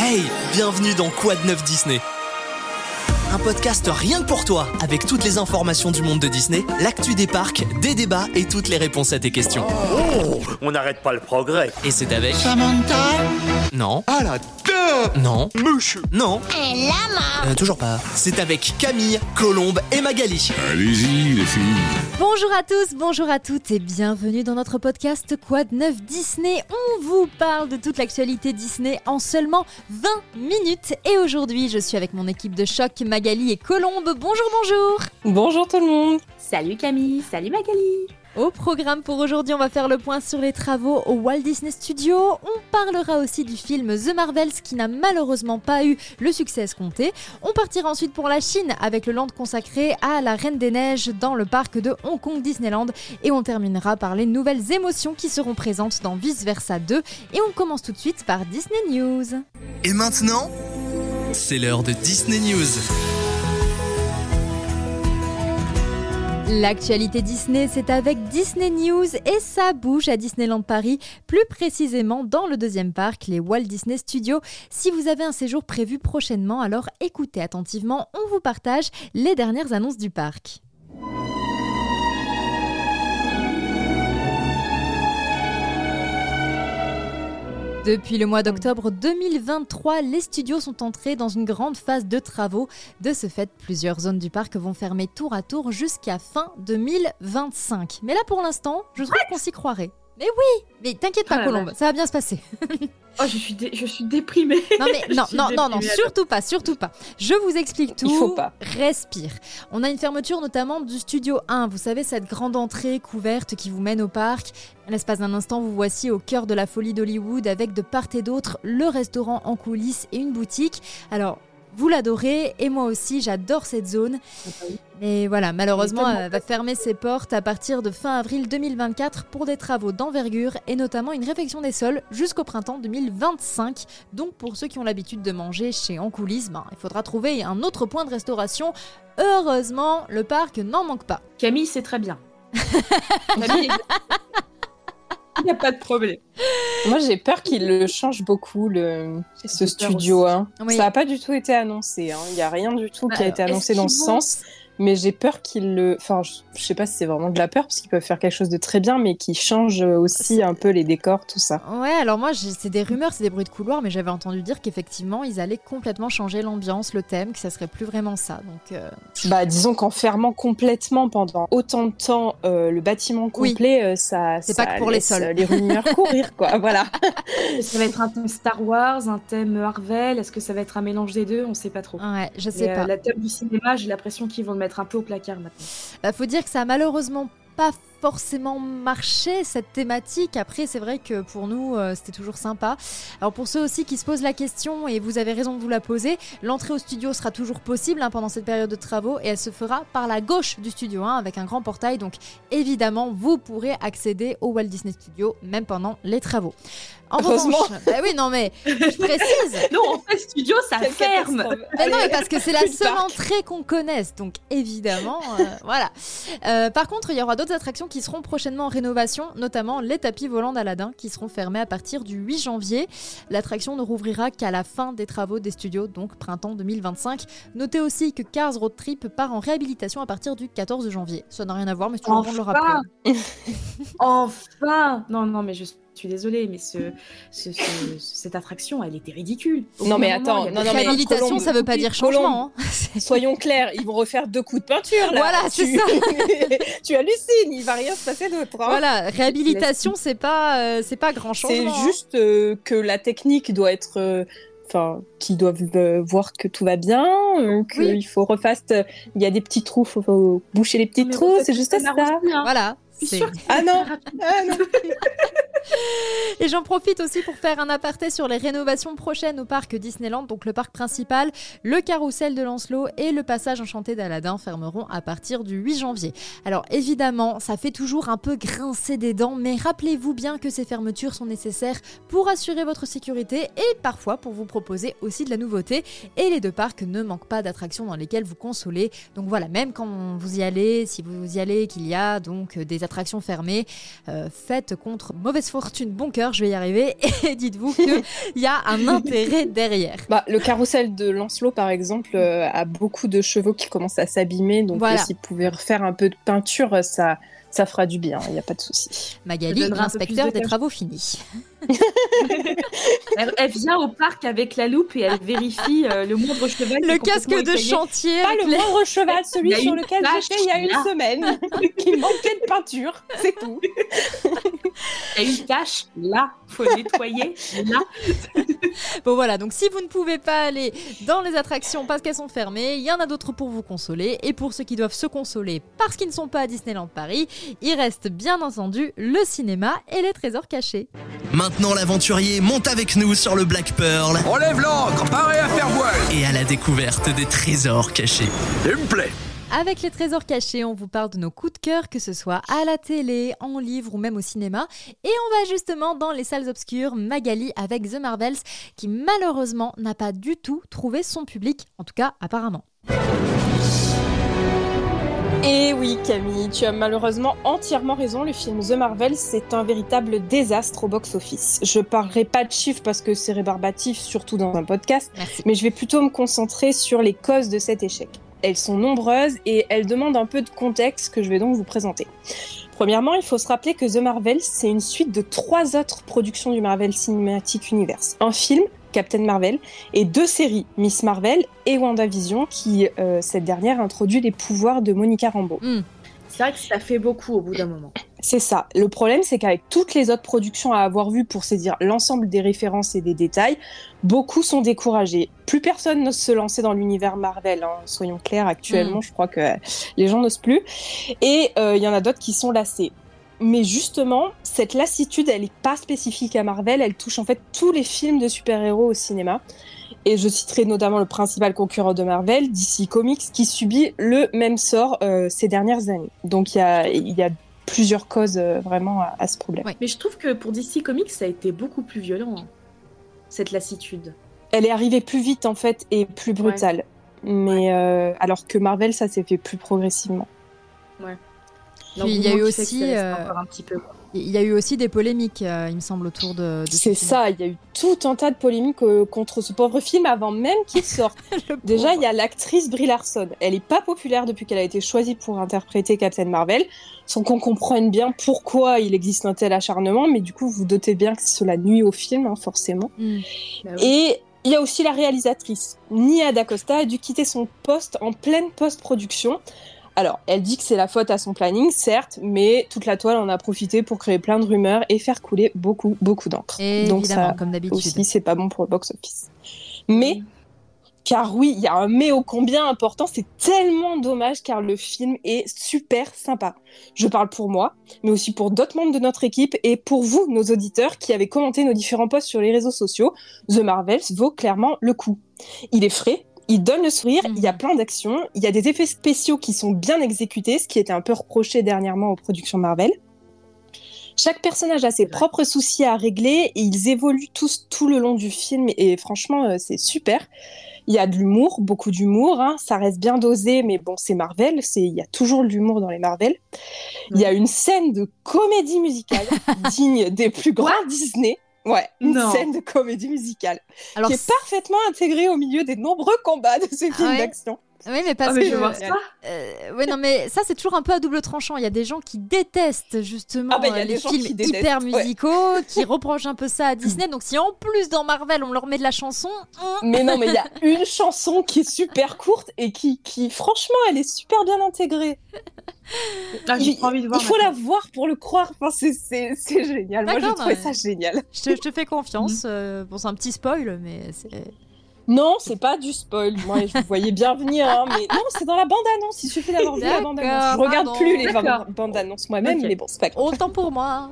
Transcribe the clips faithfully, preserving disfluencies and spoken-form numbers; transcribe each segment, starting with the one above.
Hey, bienvenue dans Quoi de neuf Disney. Un podcast rien que pour toi, avec toutes les informations du monde de Disney, l'actu des parcs, des débats et toutes les réponses à tes questions. Oh, on n'arrête pas le progrès. Et c'est avec... Samantha. Non. Ah la deux. Non. Monsieur. Non. Un lama. Euh, toujours pas. C'est avec Camille, Colombe et Magali. Allez-y les filles. Bonjour à tous, bonjour à toutes et bienvenue dans notre podcast Quoi de neuf Disney. On vous parle de toute l'actualité Disney en seulement vingt minutes. Et aujourd'hui, je suis avec mon équipe de choc, Magali et Colombe. Bonjour, bonjour. Bonjour tout le monde. Salut Camille, salut Magali. Au programme pour aujourd'hui, on va faire le point sur les travaux au Walt Disney Studios. On parlera aussi du film The Marvels qui n'a malheureusement pas eu le succès escompté. On partira ensuite pour la Chine avec le land consacré à la Reine des Neiges dans le parc de Hong Kong Disneyland. Et on terminera par les nouvelles émotions qui seront présentes dans Vice Versa deux. Et on commence tout de suite par Disney News. Et maintenant, c'est l'heure de Disney News. L'actualité Disney, c'est avec Disney News et ça bouge à Disneyland Paris, plus précisément dans le deuxième parc, les Walt Disney Studios. Si vous avez un séjour prévu prochainement, alors écoutez attentivement, on vous partage les dernières annonces du parc. Depuis le mois d'octobre deux mille vingt-trois, les studios sont entrés dans une grande phase de travaux. De ce fait, plusieurs zones du parc vont fermer tour à tour jusqu'à fin deux mille vingt-cinq. Mais là, pour l'instant, je trouve qu'on s'y croirait. Mais oui, mais t'inquiète pas, Ah, Colombe, vache. ça va bien se passer. Oh, je suis, dé- je suis déprimée. Non, mais non, Je suis non, non, non, déprimée, surtout pas, surtout pas. Je vous explique tout. Il faut pas. Respire. On a une fermeture notamment du studio un. Vous savez, cette grande entrée couverte qui vous mène au parc. À l'espace d'un instant, vous voici au cœur de la folie d'Hollywood avec de part et d'autre le restaurant en coulisses et une boutique. Alors, vous l'adorez et moi aussi, j'adore cette zone. Mais voilà, malheureusement, elle va fermer ses portes à partir de fin avril deux mille vingt-quatre pour des travaux d'envergure et notamment une réfection des sols jusqu'au printemps deux mille vingt-cinq. Donc pour ceux qui ont l'habitude de manger chez En Coulisses, ben, il faudra trouver un autre point de restauration. Heureusement, le parc n'en manque pas. Camille, c'est très bien. Camille, il n'y a pas de problème. Moi j'ai peur qu'il le change beaucoup, le... ce peur studio. Hein. Oui. Ça n'a pas du tout été annoncé. Hein. Il n'y a rien du tout qui a Bah, été annoncé est-ce dans qu'ils ce vont- sens. Mais j'ai peur qu'il le... Enfin, je, je sais pas si c'est vraiment de la peur, parce qu'ils peuvent faire quelque chose de très bien, mais qu'ils changent aussi un peu les décors, tout ça. Ouais, alors moi, j'ai- c'est des rumeurs, c'est des bruits de couloir, mais j'avais entendu dire qu'effectivement, ils allaient complètement changer l'ambiance, le thème, que ça serait plus vraiment ça. Donc, euh, Bah, disons qu'en fermant complètement pendant autant de temps euh, le bâtiment Oui. complet, euh, ça, C'est ça pas que pour les laisse, sols. euh, les rumeurs courir, quoi. Voilà. Ça va être un thème Star Wars, un thème Marvel. Est-ce que ça va être un mélange des deux? On sait pas trop. ouais, je sais Mais, pas. euh, la thème du cinéma, j'ai l'impression qu'ils vont le mettre un peu au placard maintenant. Bah, faut dire que ça a malheureusement pas forcément marché cette thématique. Après, c'est vrai que pour nous, euh, c'était toujours sympa. Alors pour ceux aussi qui se posent la question, et vous avez raison de vous la poser, l'entrée au studio sera toujours possible hein, pendant cette période de travaux et elle se fera par la gauche du studio hein, avec un grand portail. Donc évidemment, vous pourrez accéder au Walt Disney Studio même pendant les travaux. En Heureusement. revanche, bah oui, non mais je précise. Non, en fait, studio, ça Quelle ferme. catastrophe. Mais non, Allez, mais parce que c'est la plus de seule parc. entrée qu'on connaisse, donc évidemment, euh, voilà. Euh, par contre, il y aura d'autres attractions qui seront prochainement en rénovation, notamment les tapis volants d'Aladin qui seront fermés à partir du huit janvier. L'attraction ne rouvrira qu'à la fin des travaux des studios, donc printemps deux mille vingt-cinq. Notez aussi que Cars Road Trip part en réhabilitation à partir du quatorze janvier. Ça n'a rien à voir, mais c'est toujours bon de le rappeler. Enfin Non, non, mais je suis désolée, mais ce, ce- ce- cette attraction, elle était ridicule. Au Non, bout mais d'un moment, attends, il y a non, des non, mais Réhabilitation, Colombe, ça veut pas dire changement. hein. Soyons clairs, ils vont refaire deux coups de peinture, là. Voilà, c'est tu... ça. tu hallucines, il va rien se passer d'autre. hein. Voilà, réhabilitation, c'est pas, euh, c'est pas grand C'est changement. hein. juste euh, que la technique doit être... euh, Enfin, qu'ils doivent euh, voir que tout va bien, euh, qu'il Oui. faut refaire... euh, Il y a des petits trous, faut, faut boucher les petits Mais trous, en fait, c'est juste ça ça. m'arrange bien. Voilà. Je suis c'est- sûre Ah non, ah non. Et j'en profite aussi pour faire un aparté sur les rénovations prochaines au parc Disneyland, donc le parc principal, le carrousel de Lancelot et le passage enchanté d'Aladin fermeront à partir du huit janvier. Alors évidemment, ça fait toujours un peu grincer des dents, mais rappelez-vous bien que ces fermetures sont nécessaires pour assurer votre sécurité et parfois pour vous proposer aussi de la nouveauté. Et les deux parcs ne manquent pas d'attractions dans lesquelles vous consolez. Donc voilà, même quand vous y allez, si vous y allez, qu'il y a donc des attractions fermées, euh, faites contre mauvaise foi fortune, bon cœur, je vais y arriver. Et dites-vous qu'il y a un intérêt derrière. Bah, le carrousel de Lancelot, par exemple, euh, a beaucoup de chevaux qui commencent à s'abîmer. Donc, Voilà. euh, s'ils pouvaient refaire un peu de peinture, ça, ça fera du bien. Il n'y a pas de souci. Magali, Ça donnera un peu l'inspecteur plus de des cash. travaux finis. Elle, elle vient au parc avec la loupe et elle vérifie euh, le moindre cheval. qui Le est casque complètement de écaillé. chantier. Pas avec le les- moindre cheval, celui Il y a sur une lequel tache j'étais il y a une là. semaine, qui manquait de peinture, c'est tout. Il y a une tache là, faut nettoyer là. Bon voilà, donc si vous ne pouvez pas aller dans les attractions parce qu'elles sont fermées, il y en a d'autres pour vous consoler. Et pour ceux qui doivent se consoler parce qu'ils ne sont pas à Disneyland Paris, il reste bien entendu le cinéma et les trésors cachés. Maintenant, l'aventurier monte avec nous sur le Black Pearl Enlève l'ancre, paré à faire voile. et à la découverte des trésors cachés. Il me plaît. Avec les trésors cachés, on vous parle de nos coups de cœur, que ce soit à la télé, en livre ou même au cinéma. Et on va justement dans les salles obscures, Magali avec The Marvels, qui malheureusement n'a pas du tout trouvé son public, en tout cas apparemment. Et oui, Camille, tu as malheureusement entièrement raison. Le film The Marvels, c'est un véritable désastre au box-office. Je parlerai pas de chiffres parce que c'est rébarbatif, surtout dans un podcast, Merci. mais je vais plutôt me concentrer sur les causes de cet échec. Elles sont nombreuses et elles demandent un peu de contexte que je vais donc vous présenter. Premièrement, il faut se rappeler que The Marvels, c'est une suite de trois autres productions du Marvel Cinematic Universe. Un film, Captain Marvel, et deux séries, Miss Marvel et WandaVision, qui, euh, cette dernière, introduit les pouvoirs de Monica Rambeau. Hmm. C'est vrai que ça fait beaucoup au bout d'un moment. C'est ça. Le problème, c'est qu'avec toutes les autres productions à avoir vues pour saisir l'ensemble des références et des détails, beaucoup sont découragés. Plus personne n'ose se lancer dans l'univers Marvel, hein. Soyons clairs, actuellement, Mm. je crois que les gens n'osent plus. Et il euh, y en a d'autres qui sont lassés. Mais justement, cette lassitude, elle n'est pas spécifique à Marvel, elle touche en fait tous les films de super-héros au cinéma. Et je citerai notamment le principal concurrent de Marvel, D C Comics, qui subit le même sort euh, ces dernières années. Donc il y a, y a plusieurs causes euh, vraiment à, à ce problème. Ouais. Mais je trouve que pour D C Comics, ça a été beaucoup plus violent, hein, cette lassitude. Elle est arrivée plus vite en fait et plus brutale. Mais euh, alors que Marvel, ça s'est fait plus progressivement. Puis il y a eu L'engouement qui fait que aussi, ça reste euh, encore un petit peu, quoi. Il y a eu aussi des polémiques, euh, il me semble, autour de, de ce C'est film. ça, il y a eu tout un tas de polémiques euh, contre ce pauvre film avant même qu'il sorte. Le Déjà, pauvre. il y a l'actrice Brie Larson. Elle est pas populaire depuis qu'elle a été choisie pour interpréter Captain Marvel, sans qu'on comprenne bien pourquoi il existe un tel acharnement, mais du coup, vous doutez bien que cela nuit au film, hein, forcément. Hmm. Bah oui. Et il y a aussi la réalisatrice. Nia DaCosta a dû quitter son poste en pleine post-production. Alors, elle dit que c'est la faute à son planning, certes, mais toute la toile en a profité pour créer plein de rumeurs et faire couler beaucoup, beaucoup d'encre. Donc Évidemment, ça comme d'habitude. aussi, c'est pas bon pour le box-office. Mais, car oui, il y a un mais ô combien important, c'est tellement dommage car le film est super sympa. Je parle pour moi, mais aussi pour d'autres membres de notre équipe et pour vous, nos auditeurs, qui avez commenté nos différents posts sur les réseaux sociaux. The Marvels vaut clairement le coup. Il est frais, il donne le sourire, il Mhm. y a plein d'actions, il y a des effets spéciaux qui sont bien exécutés, ce qui était un peu reproché dernièrement aux productions Marvel. Chaque personnage a ses C'est vrai. propres soucis à régler et ils évoluent tous tout le long du film et franchement, euh, c'est super. Il y a de l'humour, beaucoup d'humour, hein, ça reste bien dosé, mais bon, c'est Marvel, c'est... il y a toujours de l'humour dans les Marvel. Il y a une scène de comédie musicale digne des plus grands Disney. Ouais, une Non. scène de comédie musicale Alors, qui est parfaitement intégrée au milieu des nombreux combats de ce film ouais. d'action. oui, mais parce Ah, mais que. je veux voir génial. ça. Euh, ouais, non, mais ça, c'est toujours un peu à double tranchant. Il y a des gens qui détestent justement Ah bah, il y a euh, les des gens films qui détestent, hyper ouais. musicaux, qui reprochent un peu ça à Disney. Donc, si en plus dans Marvel, on leur met de la chanson, hum, Mais non, mais il y a une chanson qui est super courte et qui, qui, franchement, elle est super bien intégrée. Ah, j'ai il, trop envie de voir. il faut la maintenant. voir pour le croire. Enfin, c'est, c'est, c'est génial. Moi, j'ai D'accord, trouvé non, ça mais- génial. je te, je te fais confiance. Euh, bon, c'est un petit spoil, mais c'est. Non, c'est pas du spoil. Moi, je vous voyais bien venir, hein, mais non, c'est dans la bande-annonce. Il suffit d'avoir vu la D'accord, bande-annonce. Je regarde pardon. plus les D'accord. bandes-annonces moi-même, Ok. mais bon, c'est pas grave. Autant pour moi.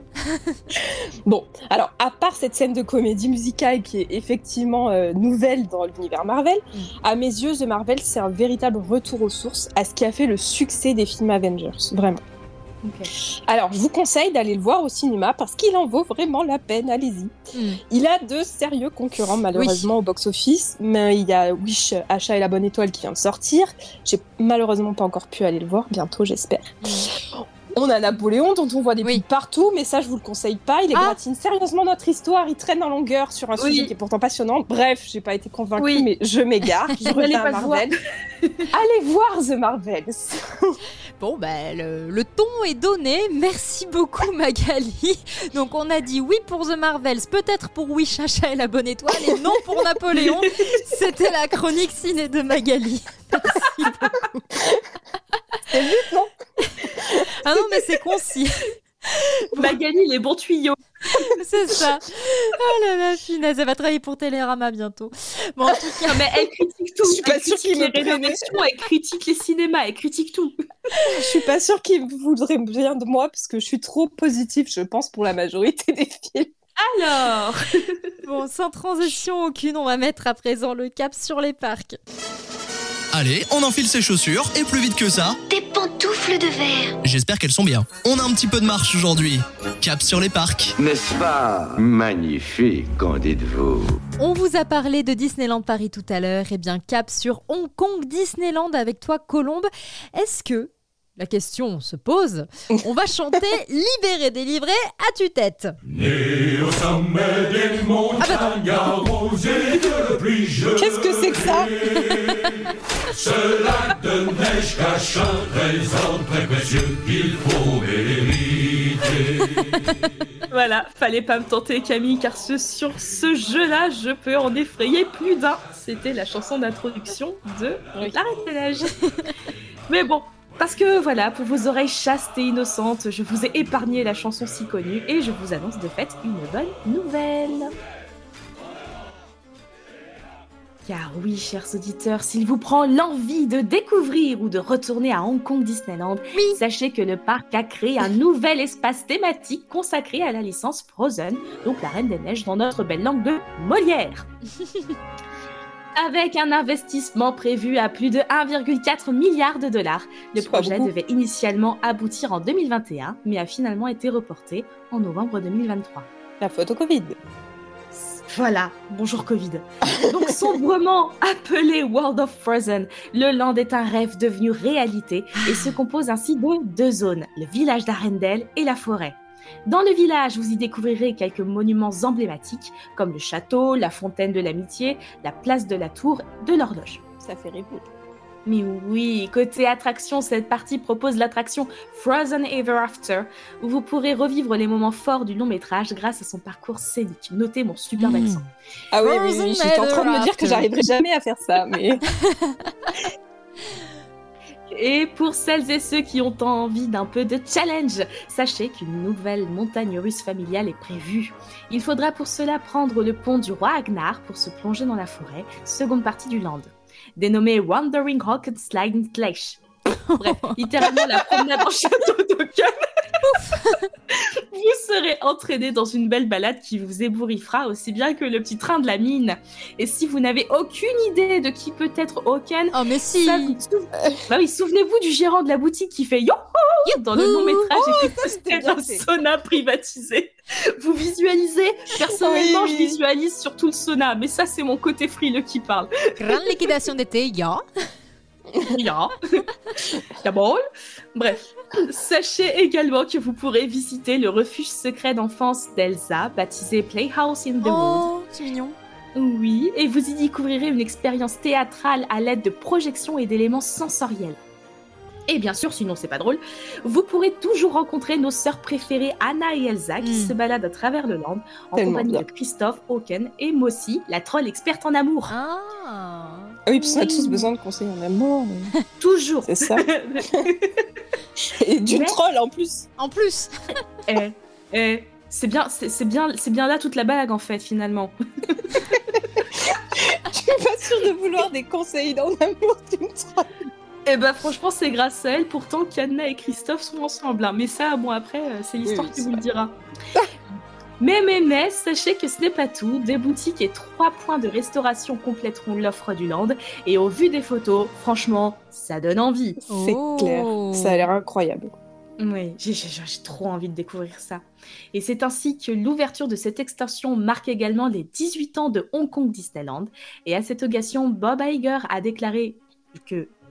Bon, alors, à part cette scène de comédie musicale qui est effectivement euh, nouvelle dans l'univers Marvel, Mm. à mes yeux, The Marvel, c'est un véritable retour aux sources, à ce qui a fait le succès des films Avengers, vraiment. Ok. Alors, je vous conseille d'aller le voir au cinéma parce qu'il en vaut vraiment la peine, allez-y. Hum. Il a de sérieux concurrents malheureusement au box-office, mais il y a Wish, Achat et la Bonne Étoile qui vient de sortir. J'ai malheureusement pas encore pu aller le voir, bientôt j'espère. On a Napoléon dont on voit des Oui. pubs partout, mais ça je vous le conseille pas. Il Ah. égratine sérieusement notre histoire, il traîne en longueur sur un Oui. sujet qui est pourtant passionnant. Bref, j'ai pas été convaincue, Oui. mais je m'égare. Je N'allez reviens à pas le Marvel. Allez voir The Marvels. Bon, bah, le, le ton est donné. Merci beaucoup, Magali. Donc, on a dit oui pour The Marvels, peut-être pour Oui Chacha et la Bonne Étoile, et non pour Napoléon. C'était la chronique ciné de Magali. Merci beaucoup. C'est vite, non? Ah non, mais c'est concis. Magali, les bons tuyaux. C'est ça. Oh là là, finesse, elle va travailler pour Télérama bientôt. Bon, en tout cas, Non, mais elle critique tout. Je suis pas Elle sûre critique qu'il les me prenne. rénovations, elle critique les cinémas, elle critique tout. Je suis pas sûre qu'il voudrait bien de moi parce que je suis trop positive, je pense, pour la majorité des films. Alors, bon, sans transition aucune, on va mettre à présent le cap sur les parcs. Allez, on enfile ses chaussures et plus vite que ça, Des pantoufles de verre. j'espère qu'elles sont bien. On a un petit peu de marche aujourd'hui. Cap sur les parcs. N'est-ce pas magnifique, qu'en dites-vous? On vous a parlé de Disneyland Paris tout à l'heure, et bien cap sur Hong Kong Disneyland avec toi Colombe. Est-ce que, la question se pose, on va chanter Libéré, délivré à tue-tête? Ah bah non. Qu'est-ce que c'est que ça? voilà, fallait pas me tenter Camille, car ce, sur ce jeu-là, je peux en effrayer plus d'un. C'était la chanson d'introduction de La Reine des Neiges. Mais bon, parce que voilà, pour vos oreilles chastes et innocentes, je vous ai épargné la chanson si connue et je vous annonce de fait une bonne nouvelle. Car oui, chers auditeurs, s'il vous prend l'envie de découvrir ou de retourner à Hong Kong Disneyland, sachez que le parc a créé un nouvel espace thématique consacré à la licence Frozen, donc la Reine des Neiges dans notre belle langue de Molière. Avec un investissement prévu à plus de un virgule quatre milliard de dollars, le C'est pas projet beaucoup. devait initialement aboutir en deux mille vingt et un, mais a finalement été reporté en novembre deux mille vingt-trois. La photo Covid. Voilà, bonjour Covid. Donc sombrement appelé World of Frozen, le land est un rêve devenu réalité et se compose ainsi de deux zones, le village d'Arendelle et la forêt. Dans le village, vous y découvrirez quelques monuments emblématiques comme le château, la fontaine de l'amitié, la place de la tour de l'horloge. Ça fait rêver. Mais oui, côté attraction, cette partie propose l'attraction Frozen Ever After, où vous pourrez revivre les moments forts du long métrage grâce à son parcours scénique. Notez mon superbe Mmh. accent. Ah oui, oui, Frozen oui, j'étais en train de me dire que Ever j'arriverai jamais à faire ça, mais... Et pour celles et ceux qui ont envie d'un peu de challenge, sachez qu'une nouvelle montagne russe familiale est prévue. Il faudra pour cela prendre le pont du roi Agnar pour se plonger dans la forêt, seconde partie du land. Dénommé Wandering Rocket Slide Slash. Bref, littéralement la promenade en château d'Oken. Vous serez entraîné dans une belle balade qui vous ébouriffera aussi bien que le petit train de la mine. Et si vous n'avez aucune idée de qui peut être Oken, Oh, mais si. ça vous sou- bah oui, souvenez-vous du gérant de la boutique qui fait yo dans le long métrage et qui postait bien un fait. sauna privatisé. Vous visualisez? Personnellement, Oui, je oui. visualise surtout le sauna, mais ça c'est mon côté frileux qui parle. Grande liquidation d'été, ya. Ya. Ya bol. Bref, sachez également que vous pourrez visiter le refuge secret d'enfance d'Elsa, baptisé Playhouse in the Wood. Oh, c'est mignon. Oui, et vous y découvrirez une expérience théâtrale à l'aide de projections et d'éléments sensoriels. Et bien sûr, sinon c'est pas drôle, vous pourrez toujours rencontrer nos sœurs préférées Anna et Elsa qui Mm. se baladent à travers le land en Tellement compagnie bien. de Christophe, Oken et Mossy, la troll experte en amour. Ah. Ah oui, parce qu'on a tous besoin de conseils en amour. Toujours. C'est ça. Et d'une Mais- troll en plus. En plus. Eh, eh, c'est bien, c'est c'est bien, c'est bien là toute la blague en fait finalement. Je suis pas sûre de vouloir des conseils en amour d'une troll. Et bah franchement c'est grâce à elle pourtant qu'Anna et Christophe sont ensemble. hein. Mais ça, bon après, euh, c'est l'histoire Oui, qui c'est vous le vrai. dira. Mais mais mais, sachez que ce n'est pas tout. Des boutiques et trois points de restauration compléteront l'offre du land. Et au vu des photos, franchement, ça donne envie. C'est Oh. clair. Ça a l'air incroyable. Oui, j'ai, j'ai, j'ai trop envie de découvrir ça. Et c'est ainsi que l'ouverture de cette extension marque également les dix-huit ans de Hong Kong Disneyland. Et à cette occasion, Bob Iger a déclaré que,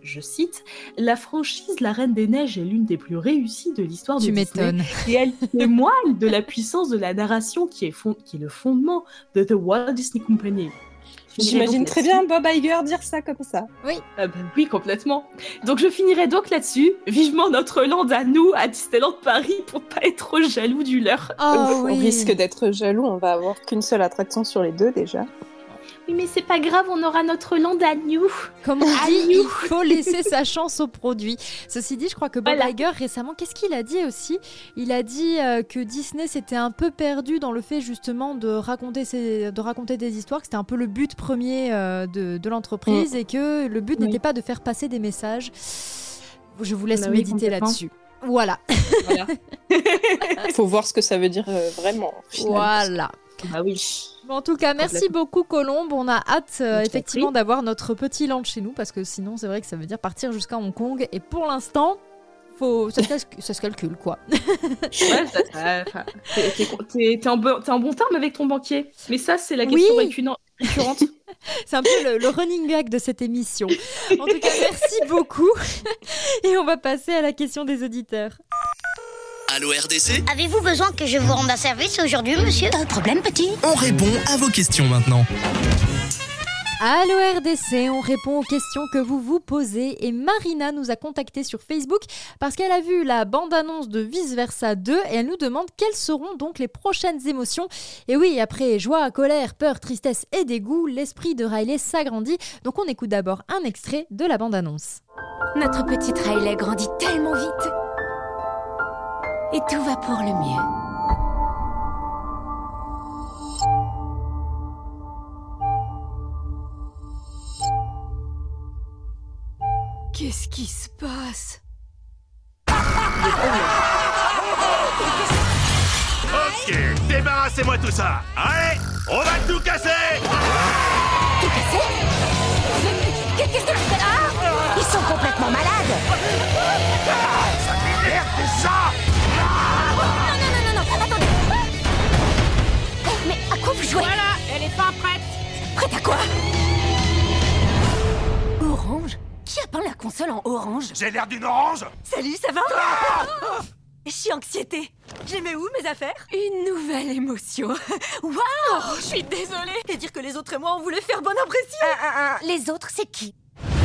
je cite, « La franchise La Reine des Neiges est l'une des plus réussies de l'histoire de Tu Disney. m'étonnes. Et elle témoigne de la puissance de la narration qui est, fond- qui est le fondement de The Walt Disney Company. » J'imagine très bien Bob Iger dire ça comme ça. Ah ben oui, complètement. Donc je finirai donc là-dessus. Vivement notre land à nous, à Disneyland Paris, pour pas être trop jaloux du leur. Oh, On oui. risque d'être jaloux, on va avoir qu'une seule attraction sur les deux déjà. Oui, mais c'est pas grave, on aura notre land à nous. Comme on Ah dit, oui. il faut laisser sa chance au produit. Ceci dit, je crois que Bob Voilà. Iger, récemment, qu'est-ce qu'il a dit aussi ? Il a dit euh, que Disney s'était un peu perdu dans le fait justement de raconter, ses- de raconter des histoires, que c'était un peu le but premier euh, de, de l'entreprise et que le but Oui. n'était pas de faire passer des messages. Je vous laisse Bah oui, méditer complètement. là-dessus. Voilà, Voilà. Faut voir ce que ça veut dire euh, vraiment. finalement. voilà. Bah oui. Bon, en tout cas, merci Complètement. beaucoup Colombe. On a hâte euh, Je t'en effectivement prie. d'avoir notre petit land chez nous parce que sinon, c'est vrai que ça veut dire partir jusqu'à Hong Kong. Et pour l'instant, faut... ça, se cal- ça se calcule quoi. Ouais, ça, ça, enfin, t'es, t'es, t'es- t'es en bon, t'es en bon terme avec ton banquier. Mais ça, c'est la Oui. question récurrente. récurrente. C'est un peu le, le running gag de cette émission. En tout cas, merci beaucoup. Et on va passer à la question des auditeurs. Allô R D C ? Avez-vous besoin que je vous rende un service aujourd'hui, monsieur? Pas de problème, petit. On répond à vos questions maintenant. Allô R D C, on répond aux questions que vous vous posez et Marina nous a contacté sur Facebook parce qu'elle a vu la bande-annonce de Vice Versa deux et elle nous demande quelles seront donc les prochaines émotions. Et oui, après joie, colère, peur, tristesse et dégoût, l'esprit de Riley s'agrandit. Donc on écoute d'abord un extrait de la bande-annonce. Notre petite Riley grandit tellement vite. Et tout va pour le mieux. Qu'est-ce qui se passe? Ok, débarrassez-moi tout ça. Allez, on va tout casser. Tout cassé? Qu'est-ce que c'est? Ah! Ils sont complètement malades! Merde, déjà. Non, non, non, non, non, attendez! Eh, mais à quoi vous jouez? Voilà, elle est pas prête. Prête à quoi? Orange? Qui a peint la console en orange? J'ai l'air d'une orange. Salut, ça va? Je suis anxiété. J'ai mis où mes affaires? Une nouvelle émotion. Waouh! Je suis désolée. Et dire que les autres et moi on voulait faire bonne impression. Les autres, c'est qui?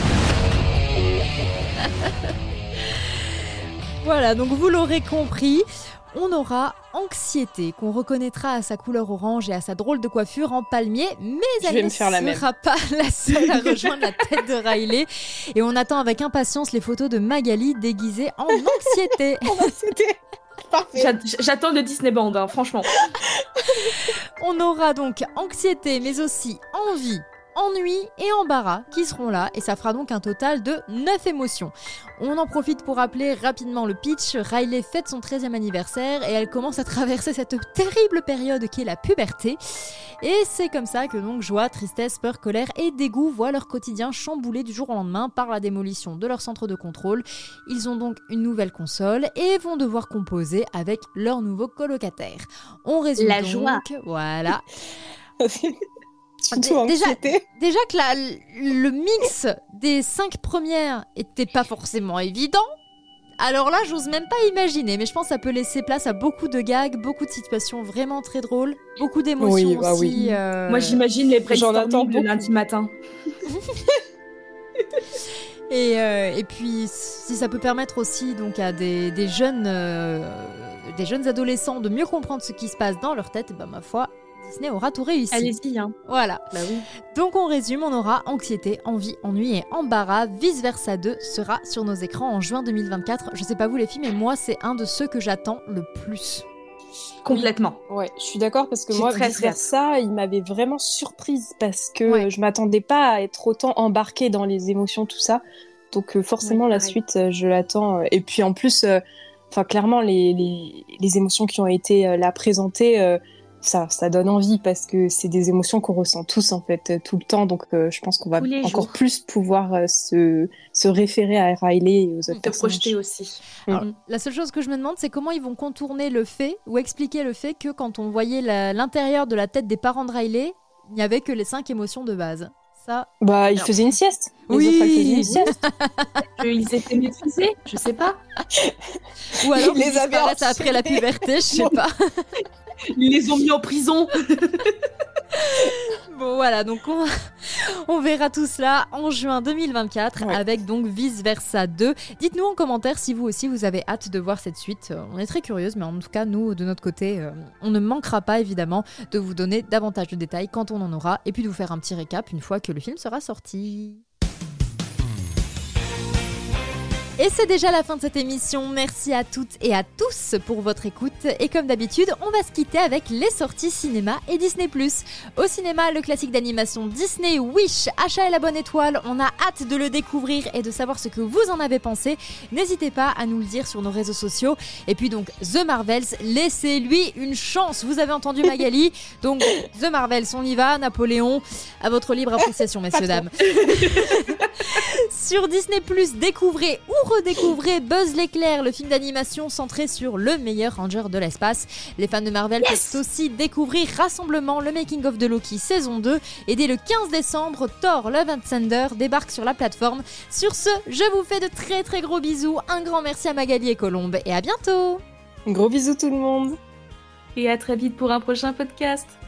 Voilà, donc vous l'aurez compris, on aura Anxiété, qu'on reconnaîtra à sa couleur orange et à sa drôle de coiffure en palmier, mais Je elle vais ne me faire la sera pas la seule à rejoindre la tête de Riley. Et on attend avec impatience les photos de Magali déguisée en Anxiété. C'était parfait. J'a- J'attends le Disney Band, hein, franchement. On aura donc Anxiété, mais aussi Envie, Ennui et Embarras qui seront là, et ça fera donc un total de neuf émotions. On en profite pour rappeler rapidement le pitch. Riley fête son treizième anniversaire et elle commence à traverser cette terrible période qui est la puberté. Et c'est comme ça que donc joie, tristesse, peur, colère et dégoût voient leur quotidien chamboulé du jour au lendemain par la démolition de leur centre de contrôle. Ils ont donc une nouvelle console et vont devoir composer avec leur nouveau colocataire. On résume La donc, joie. voilà. Surtout Déjà- anxiété. Déjà que la- le mix des cinq premières était pas forcément évident. Alors là, j'ose même pas imaginer, mais je pense que ça peut laisser place à beaucoup de gags, beaucoup de situations vraiment très drôles, beaucoup d'émotions Oui, bah aussi. oui. euh, Moi, j'imagine les J'en attends brainstorming le beaucoup. lundi matin. Et, euh, et puis, si ça peut permettre aussi donc à des, des jeunes, euh, des jeunes adolescents de mieux comprendre ce qui se passe dans leur tête, ben ma foi, Disney aura tout réussi. Allez-y, hein. Voilà. Bah oui. Donc on résume, on aura Anxiété, Envie, Ennui et Embarras. Vice Versa deux sera sur nos écrans en juin deux mille vingt-quatre. Je sais pas vous les filles, mais moi c'est un de ceux que j'attends le plus. Complètement. Ouais, je suis d'accord parce que J'ai moi, très, vice très hâte. versa, il m'avait vraiment surprise parce que Ouais. euh, je m'attendais pas à être autant embarquée dans les émotions, tout ça. Donc euh, forcément, Ouais, la pareil. suite, euh, je l'attends. euh, Et puis en plus, euh, enfin clairement, les, les, les émotions qui ont été euh, là présentées, euh, ça, ça donne envie parce que c'est des émotions qu'on ressent tous en fait euh, tout le temps. Donc euh, je pense qu'on va Tous les encore jours. plus pouvoir euh, se, se référer à Riley et aux autres Te personnages. projeter aussi. Alors, la seule chose que je me demande, c'est comment ils vont contourner le fait ou expliquer le fait que quand on voyait la- l'intérieur de la tête des parents de Riley, il n'y avait que les cinq émotions de base. ça. Bah, ils faisaient une sieste. Les oui. autres, elles faisaient une sieste. Ils étaient maîtrisés, je sais pas. Ou alors Ils ils les avaient disparaissent enchaînés. après la puberté, je sais pas. Ils les ont mis en prison. Bon voilà, donc on, on verra tout cela en juin deux mille vingt-quatre Ouais. avec donc Vice Versa deux. Dites-nous en commentaire si vous aussi vous avez hâte de voir cette suite. Euh, On est très curieuse, mais en tout cas nous de notre côté, euh, on ne manquera pas évidemment de vous donner davantage de détails quand on en aura et puis de vous faire un petit récap une fois que le film sera sorti. Et c'est déjà la fin de cette émission. Merci à toutes et à tous pour votre écoute. Et comme d'habitude, on va se quitter avec les sorties cinéma et Disney plus. Au cinéma, le classique d'animation Disney Wish, Achat et la bonne étoile. On a hâte de le découvrir et de savoir ce que vous en avez pensé. N'hésitez pas à nous le dire sur nos réseaux sociaux. Et puis donc, The Marvels, laissez-lui une chance. Vous avez entendu Magali. Donc, The Marvels, on y va. Napoléon, à votre libre appréciation, messieurs, dames. Sur Disney plus, découvrez ou redécouvrez Buzz l'éclair, le film d'animation centré sur le meilleur ranger de l'espace. Les fans de Marvel yes peuvent aussi découvrir Rassemblement, le making of de Loki saison deux. Et dès le quinze décembre, Thor Love and Thunder débarque sur la plateforme. Sur ce, je vous fais de très très gros bisous. Un grand merci à Magali et Colombe et à bientôt. Gros bisous tout le monde. Et à très vite pour un prochain podcast.